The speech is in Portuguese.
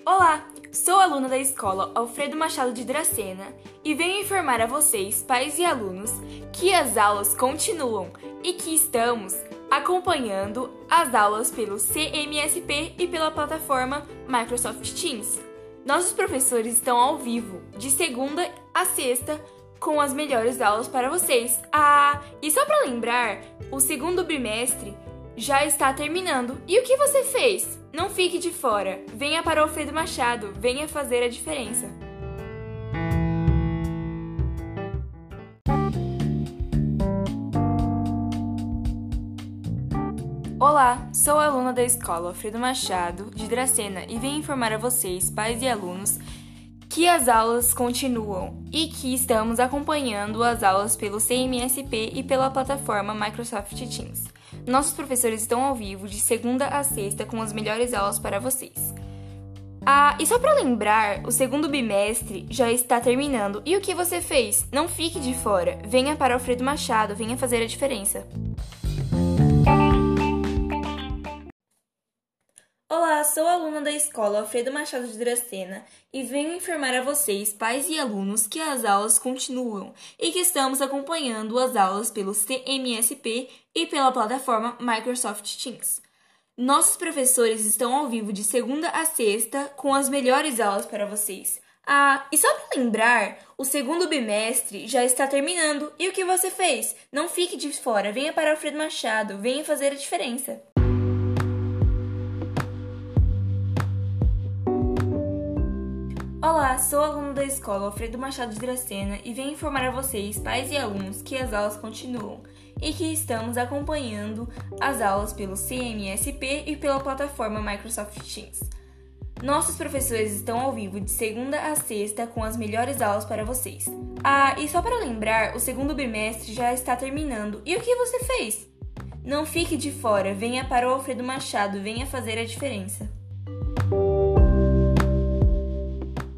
Olá, sou aluna da escola Alfredo Machado de Dracena e venho informar a vocês, pais e alunos, que as aulas continuam e que estamos acompanhando as aulas pelo CMSP e pela plataforma Microsoft Teams. Nossos professores estão ao vivo, de segunda a sexta, com as melhores aulas para vocês. E só para lembrar, o segundo bimestre já está terminando. E o que você fez? Não fique de fora. Venha para o Alfredo Machado. Venha fazer a diferença. Olá, sou aluna da escola Alfredo Machado de Dracena e venho informar a vocês, pais e alunos, que as aulas continuam e que estamos acompanhando as aulas pelo CMSP e pela plataforma Microsoft Teams. Nossos professores estão ao vivo de segunda a sexta com as melhores aulas para vocês. E só para lembrar, o segundo bimestre já está terminando. E o que você fez? Não fique de fora. Venha para Alfredo Machado, venha fazer a diferença. Olá, sou aluna da escola Alfredo Machado de Dracena e venho informar a vocês, pais e alunos, que as aulas continuam e que estamos acompanhando as aulas pelo CMSP e pela plataforma Microsoft Teams. Nossos professores estão ao vivo de segunda a sexta com as melhores aulas para vocês. E só para lembrar, o segundo bimestre já está terminando. E o que você fez? Não fique de fora, venha para Alfredo Machado, venha fazer a diferença. Olá, sou aluno da escola Alfredo Machado de Dracena e venho informar a vocês, pais e alunos, que as aulas continuam e que estamos acompanhando as aulas pelo CMSP e pela plataforma Microsoft Teams. Nossos professores estão ao vivo de segunda a sexta com as melhores aulas para vocês. E só para lembrar, o segundo bimestre já está terminando. E o que você fez? Não fique de fora, venha para o Alfredo Machado, venha fazer a diferença.